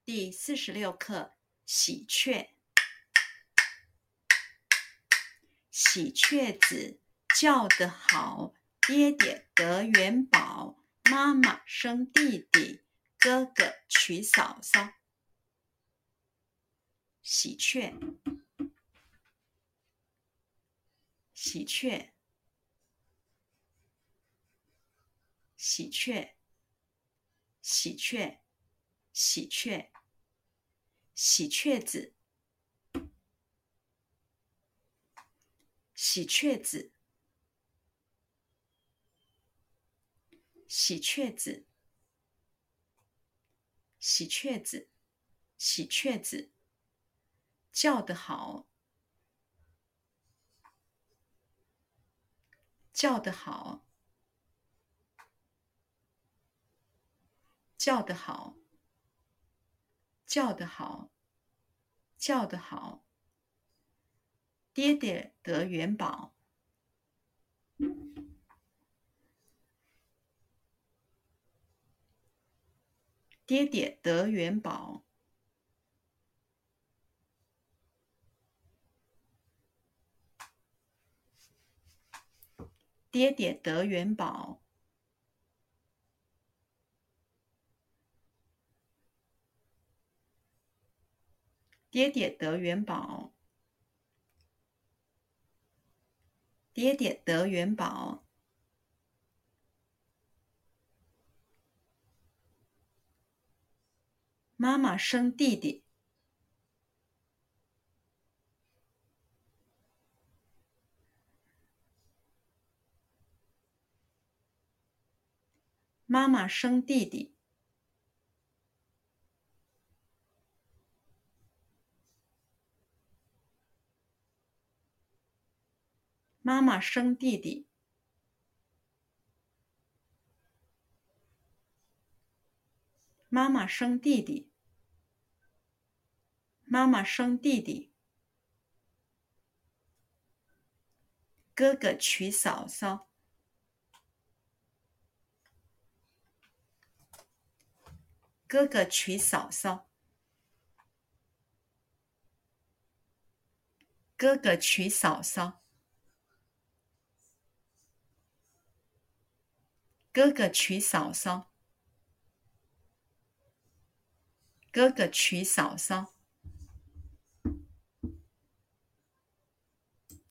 第46课喜鹊。喜鹊子叫得好，爹爹得元宝，妈妈生弟弟，哥哥娶嫂嫂。喜鹊，喜鹊，喜鹊，喜鹊，喜鹊，喜鹊子，喜鹊子，喜鹊子，喜鹊子，喜鹊子，叫得好，叫得好，叫得好，叫得好，叫得好，爹爹得元宝，爹爹得元宝，爹爹得元宝，爹爹得元宝，爹爹得元宝，妈妈生弟弟，妈妈生弟弟，妈妈生弟弟，妈妈生弟弟，妈妈生弟弟，哥哥娶嫂嫂，哥哥娶嫂嫂，哥哥娶嫂嫂，哥哥娶嫂嫂，哥哥娶嫂嫂。